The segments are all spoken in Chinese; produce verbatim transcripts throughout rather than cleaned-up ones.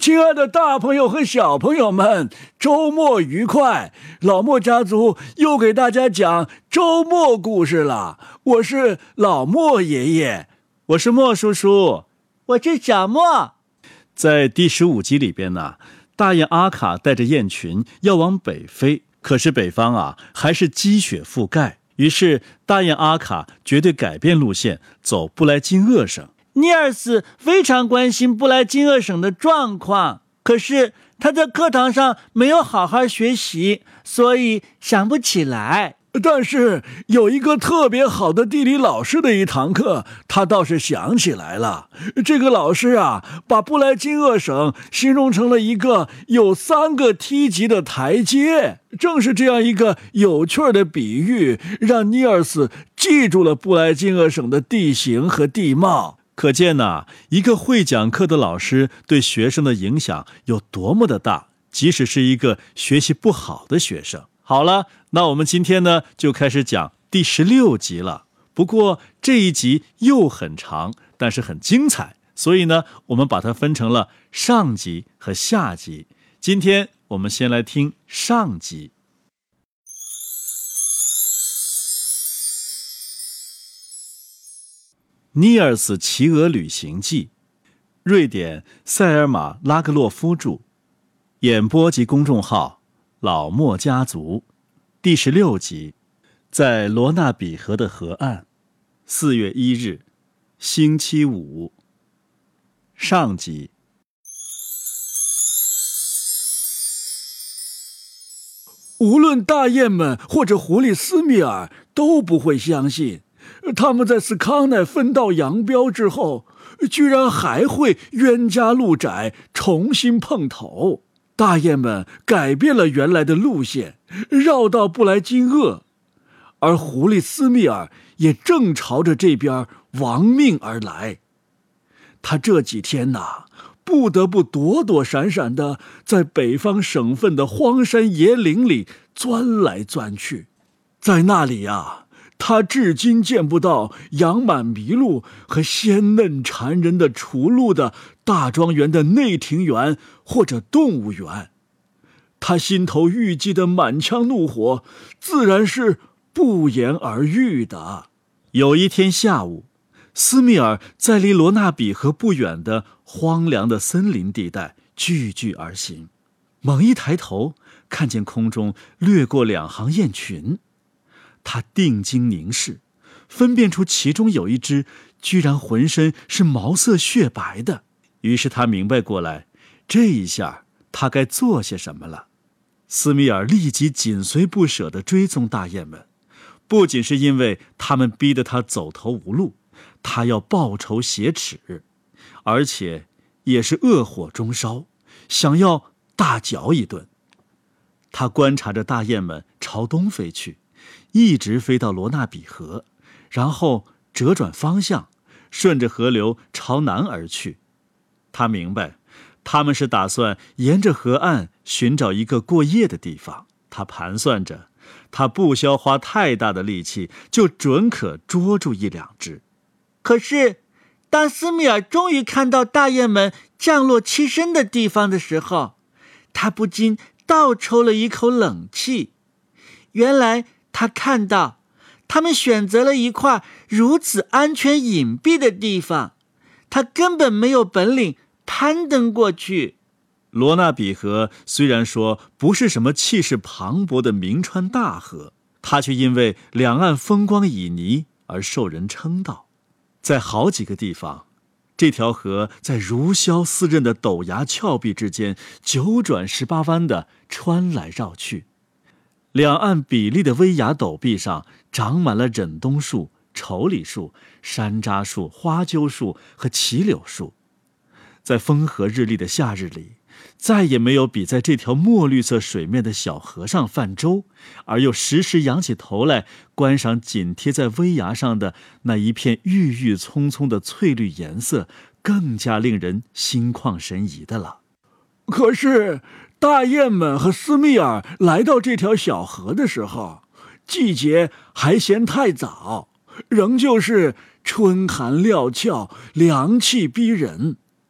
亲爱的大朋友和小朋友们，周末愉快！老莫家族又给大家讲周末故事了。我是老莫爷爷， 我是莫叔叔， 我是小莫。 在第十五集里边呢，大雁阿卡带着雁群要往北飞，可是北方啊还是积雪覆盖，于是大雁阿卡决定改变路线，走布莱金厄省。 尼尔斯非常关心布莱金厄省的状况，可是他在课堂上没有好好学习，所以想不起来。 但是有一个特别好的地理老师的一堂课，他倒是想起来了。这个老师啊，把布莱金厄省形容成了一个有三个梯级的台阶。正是这样一个有趣的比喻，让尼尔斯记住了布莱金厄省的地形和地貌。 可见呐，一个会讲课的老师对学生的影响有多么的大，即使是一个学习不好的学生。好了，那我们今天呢就开始讲第十六集了。不过这一集又很长，但是很精彩，所以呢我们把它分成了上集和下集。今天我们先来听上集。尼尔斯骑鹅旅行记，瑞典塞尔玛拉格洛夫著，演播及公众号老莫家族，第十六集，在罗纳比河的河岸，四月一日，星期五。上集。 无论大雁们或者狐狸斯密尔都不会相信，他们在斯康奈分道扬镳之后，居然还会冤家路窄，重新碰头。大雁们改变了原来的路线，绕到布莱金厄，而狐狸斯密尔也正朝着这边亡命而来。他这几天呐，不得不躲躲闪闪的在北方省份的荒山野岭里钻来钻去。在那里啊，他至今见不到养满麋鹿和鲜嫩缠人的雏鹿的大庄园的内庭园或者动物园。他心头郁积的满腔怒火自然是不言而喻的。 有一天下午，斯密尔在离罗纳比河不远的荒凉的森林地带聚聚而行，猛一抬头，看见空中掠过两行雁群。他定睛凝视，分辨出其中有一只居然浑身是毛色雪白的，于是他明白过来，这一下他该做些什么了。斯密尔立即紧随不舍地追踪大雁们，不仅是因为他们逼得他走投无路，他要报仇雪耻，而且也是恶火中烧，想要大嚼一顿。他观察着大雁们朝东飞去，一直飞到罗纳比河，然后折转方向，顺着河流朝南而去。他明白，他们是打算沿着河岸寻找一个过夜的地方。他盘算着，他不需要花太大的力气，就准可捉住一两只。 可是当斯密尔终于看到大雁们降落栖身的地方的时候，他不禁倒抽了一口冷气。原来他看到他们选择了一块如此安全隐蔽的地方，他根本没有本领攀登过去。 罗纳比河虽然说不是什么气势磅礴的名川大河，它却因为两岸风光旖旎而受人称道。在好几个地方，这条河在如箫似刃的陡崖峭壁之间九转十八弯地穿来绕去。两岸比例的危崖陡壁上长满了忍冬树、稠李树、山楂树、花楸树和杞柳树。在风和日丽的夏日里，再也没有比在这条墨绿色水面的小河上泛舟，而又时时仰起头来观赏紧贴在危崖上的那一片郁郁葱葱的翠绿颜色，更加令人心旷神怡的了。 可是大雁们和斯密尔来到这条小河的时候，季节还嫌太早，仍旧是春寒料峭，凉气逼人。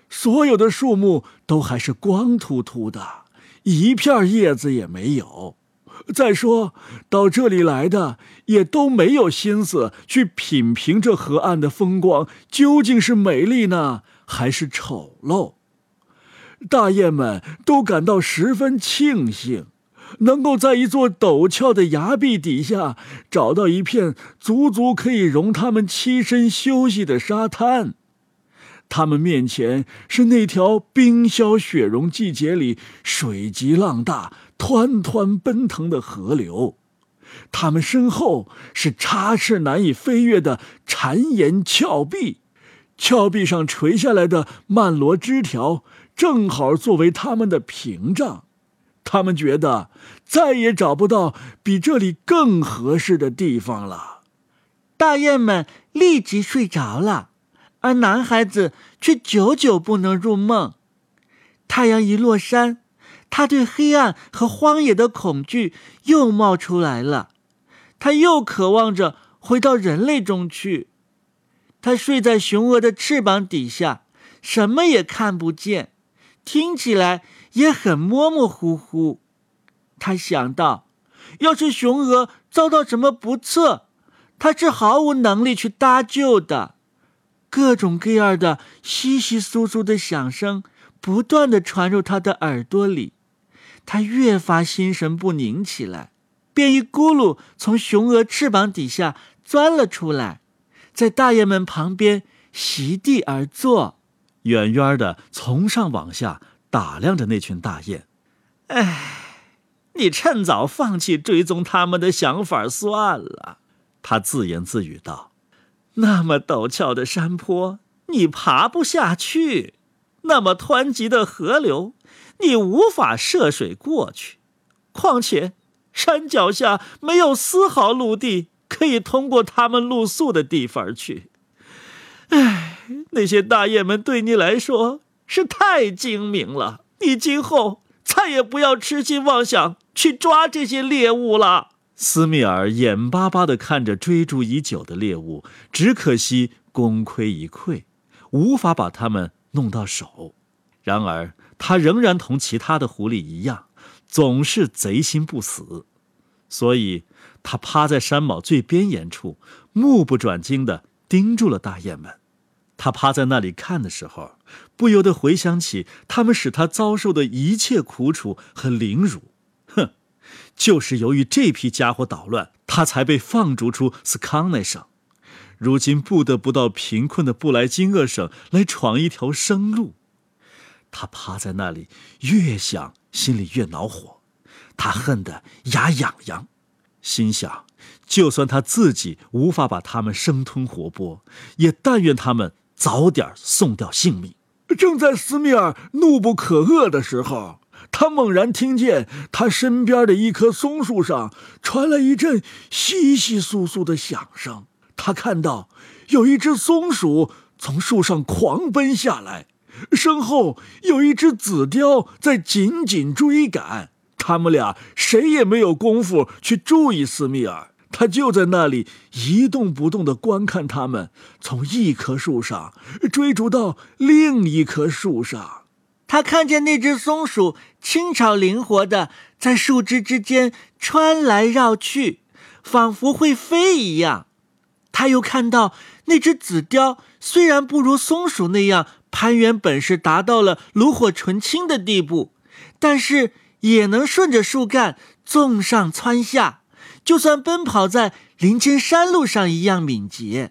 所有的树木都还是光秃秃的，一片叶子也没有。再说到这里来的也都没有心思去品评这河岸的风光究竟是美丽呢，还是丑陋。大雁们都感到十分庆幸，能够在一座陡峭的崖壁底下找到一片足足可以容他们栖身休息的沙滩。他们面前是那条冰消雪融季节里水急浪大、湍湍奔腾的河流，他们身后是插翅难以飞越的谗岩峭壁，峭壁上垂下来的曼罗枝条正好作为他们的屏障。他们觉得再也找不到比这里更合适的地方了。 大雁们立即睡着了，而男孩子却久久不能入梦。太阳一落山，他对黑暗和荒野的恐惧又冒出来了，他又渴望着回到人类中去。他睡在雄鹅的翅膀底下，什么也看不见，听起来也很模模糊糊。他想到，要是雄鹅遭到什么不测，他是毫无能力去搭救的。各种各样的稀稀疏疏的响声不断地传入他的耳朵里，他越发心神不宁起来，便一咕噜从雄鹅翅膀底下钻了出来，在大雁们旁边席地而坐， 远远的从上往下打量着那群大雁。 唉，你趁早放弃追踪他们的想法算了， 他自言自语道。 那么陡峭的山坡你爬不下去，那么湍急的河流你无法涉水过去，况且山脚下没有丝毫陆地可以通过他们露宿的地方去。唉，那些大雁们对你来说是太精明了，你今后再也不要痴心妄想去抓这些猎物了。 斯密尔眼巴巴地看着追逐已久的猎物，只可惜功亏一篑，无法把它们弄到手。然而他仍然同其他的狐狸一样，总是贼心不死，所以他趴在山毛最边沿处，目不转睛地盯住了大雁们。他趴在那里看的时候，不由得回想起他们使他遭受的一切苦楚和凌辱。哼，就是由于这批家伙捣乱，他才被放逐出斯康奈省，如今不得不到贫困的布莱金厄省来闯一条生路。他趴在那里，越想心里越恼火，他恨得牙痒痒，心想就算他自己无法把他们生吞活剥，也但愿他们早点送掉性命。 正在斯密尔怒不可遏的时候，他猛然听见他身边的一棵松树上传来一阵稀稀簌簌的响声。他看到有一只松鼠从树上狂奔下来，身后有一只紫貂在紧紧追赶。他们俩谁也没有功夫去注意斯密尔，他就在那里一动不动地观看他们从一棵树上追逐到另一棵树上。 他看见那只松鼠轻巧灵活地在树枝之间穿来绕去，仿佛会飞一样。他又看到那只紫貂虽然不如松鼠那样攀援本事达到了炉火纯青的地步，但是也能顺着树干纵上蹿下，就算奔跑在林间山路上一样敏捷。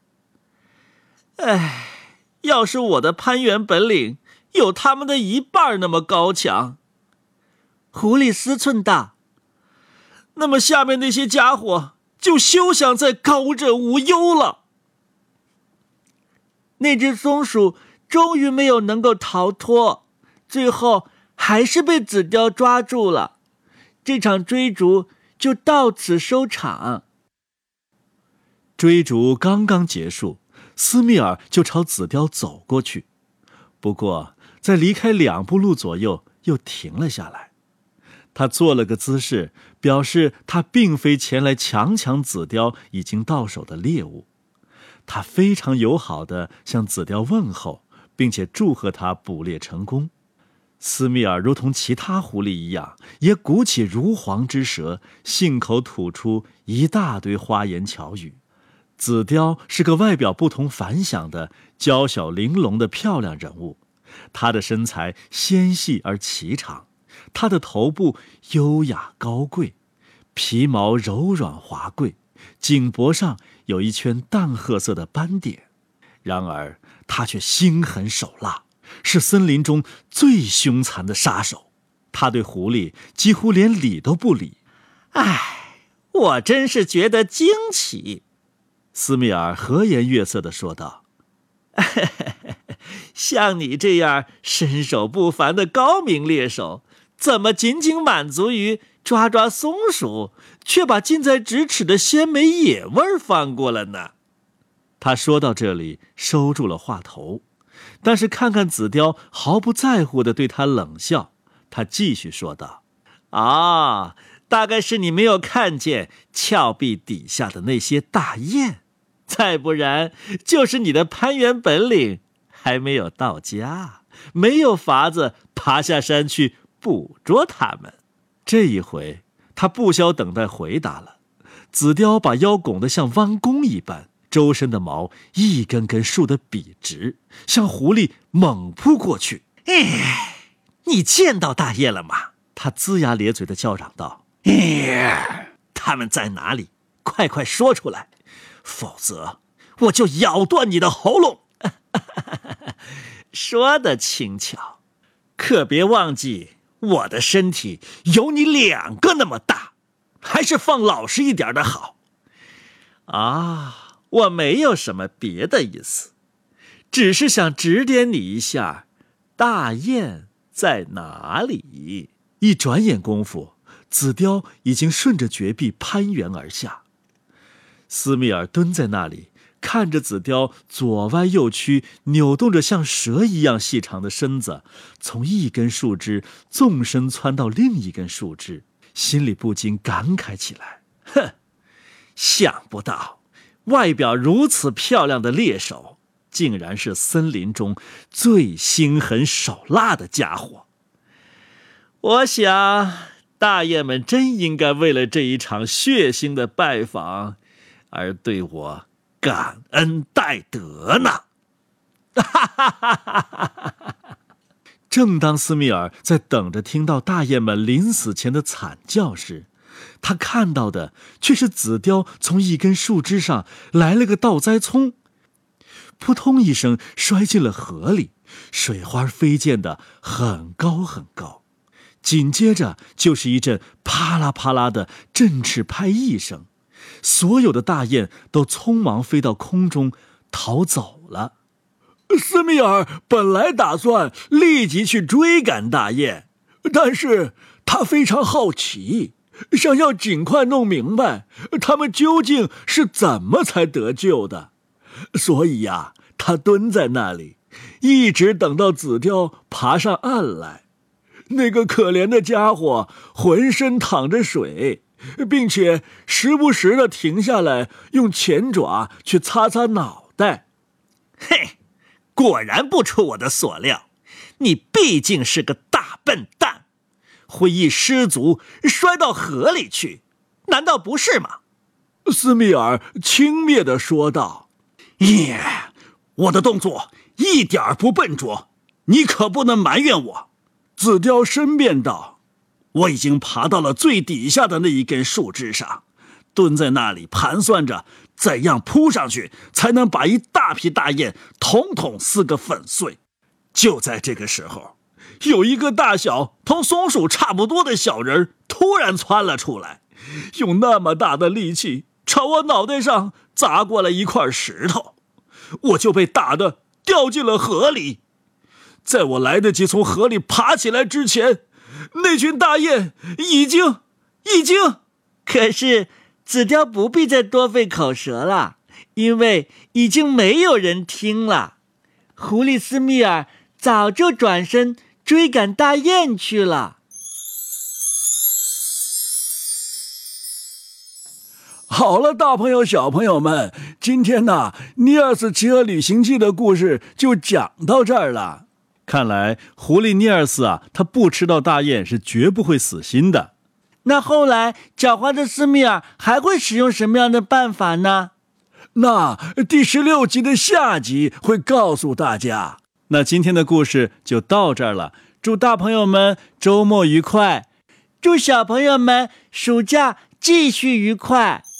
唉，要是我的攀援本领有他们的一半那么高强，狐狸思忖道，那么下面那些家伙就休想再高枕无忧了。那只松鼠终于没有能够逃脱，最后还是被紫貂抓住了。这场追逐就到此收场。 追逐刚刚结束，斯密尔就朝紫貂走过去，不过在离开两步路左右又停了下来。他做了个姿势，表示他并非前来强抢紫貂已经到手的猎物。他非常友好地向紫貂问候， 并且祝贺他捕猎成功。斯密尔如同其他狐狸一样，也鼓起如簧之舌，信口吐出一大堆花言巧语。紫貂是个外表不同凡响的娇小玲珑的漂亮人物，她的身材纤细而颀长，她的头部优雅高贵，皮毛柔软滑贵，颈脖上有一圈淡褐色的斑点。然而她却心狠手辣，是森林中最凶残的杀手。她对狐狸几乎连理都不理。 唉，我真是觉得惊奇。 斯密尔和颜悦色地说道： 像你这样身手不凡的高明猎手，怎么仅仅满足于抓抓松鼠，却把近在咫尺的鲜美野味放过了呢？ 他说到这里收住了话头，但是看看紫貂毫不在乎地对他冷笑，他继续说道： 啊，大概是你没有看见峭壁底下的那些大雁，再不然就是你的攀援本领还没有到家，没有法子爬下山去捕捉它们。 这一回他不消等待回答了。紫貂把腰拱得像弯弓一般，周身的毛一根根竖得笔直，向狐狸猛扑过去。 哎，你见到大雁了吗？ 他龇牙咧嘴地叫嚷道： 哎，他们在哪里？快快说出来，否则我就咬断你的喉咙。说得轻巧，可别忘记我的身体有你两个那么大，还是放老实一点的好。啊，我没有什么别的意思，只是想指点你一下，大雁在哪里。 一转眼功夫，紫貂已经顺着绝壁攀援而下。斯密尔蹲在那里，看着紫貂左歪右曲，扭动着像蛇一样细长的身子，从一根树枝纵身窜到另一根树枝，心里不禁感慨起来： 哼，想不到外表如此漂亮的猎手，竟然是森林中最心狠手辣的家伙。我想大雁们真应该为了这一场血腥的拜访而对我感恩戴德呢。 正当斯密尔在等着听到大雁们临死前的惨叫时，他看到的却是紫貂从一根树枝上来了个倒栽葱，扑通一声摔进了河里，水花飞溅得很高很高。紧接着就是一阵啪啦啪啦的振翅拍翼声，所有的大雁都匆忙飞到空中逃走了。 斯密尔本来打算立即去追赶大雁，但是他非常好奇，想要尽快弄明白他们究竟是怎么才得救的，所以呀、啊，他蹲在那里，一直等到紫貂爬上岸来。那个可怜的家伙浑身淌着水，并且时不时地停下来，用前爪去擦擦脑袋。 嘿，果然不出我的所料，你毕竟是个大笨蛋，会一失足摔到河里去，难道不是吗？ 斯密尔轻蔑地说道： 耶，我的动作一点不笨拙，你可不能埋怨我。 紫貂申辩道： 我已经爬到了最底下的那一根树枝上，蹲在那里盘算着怎样扑上去才能把一大批大雁统统撕个粉碎。就在这个时候，有一个大小同松鼠差不多的小人突然窜了出来，用那么大的力气朝我脑袋上砸过来一块石头，我就被打得掉进了河里。在我来得及从河里爬起来之前，那群大雁已经已经可是紫貂不必再多费口舌了，因为已经没有人听了。狐狸斯密尔早就转身追赶大雁去了。 好了，大朋友小朋友们，今天呢，尼尔斯骑鹅旅行记的故事就讲到这儿了。 看来狐狸尼尔斯啊，他不吃到大雁是绝不会死心的。 那后来狡猾的斯密尔还会使用什么样的办法呢？ 那第十六集的下集会告诉大家。 那今天的故事就到这儿了，祝大朋友们周末愉快， 祝小朋友们暑假继续愉快。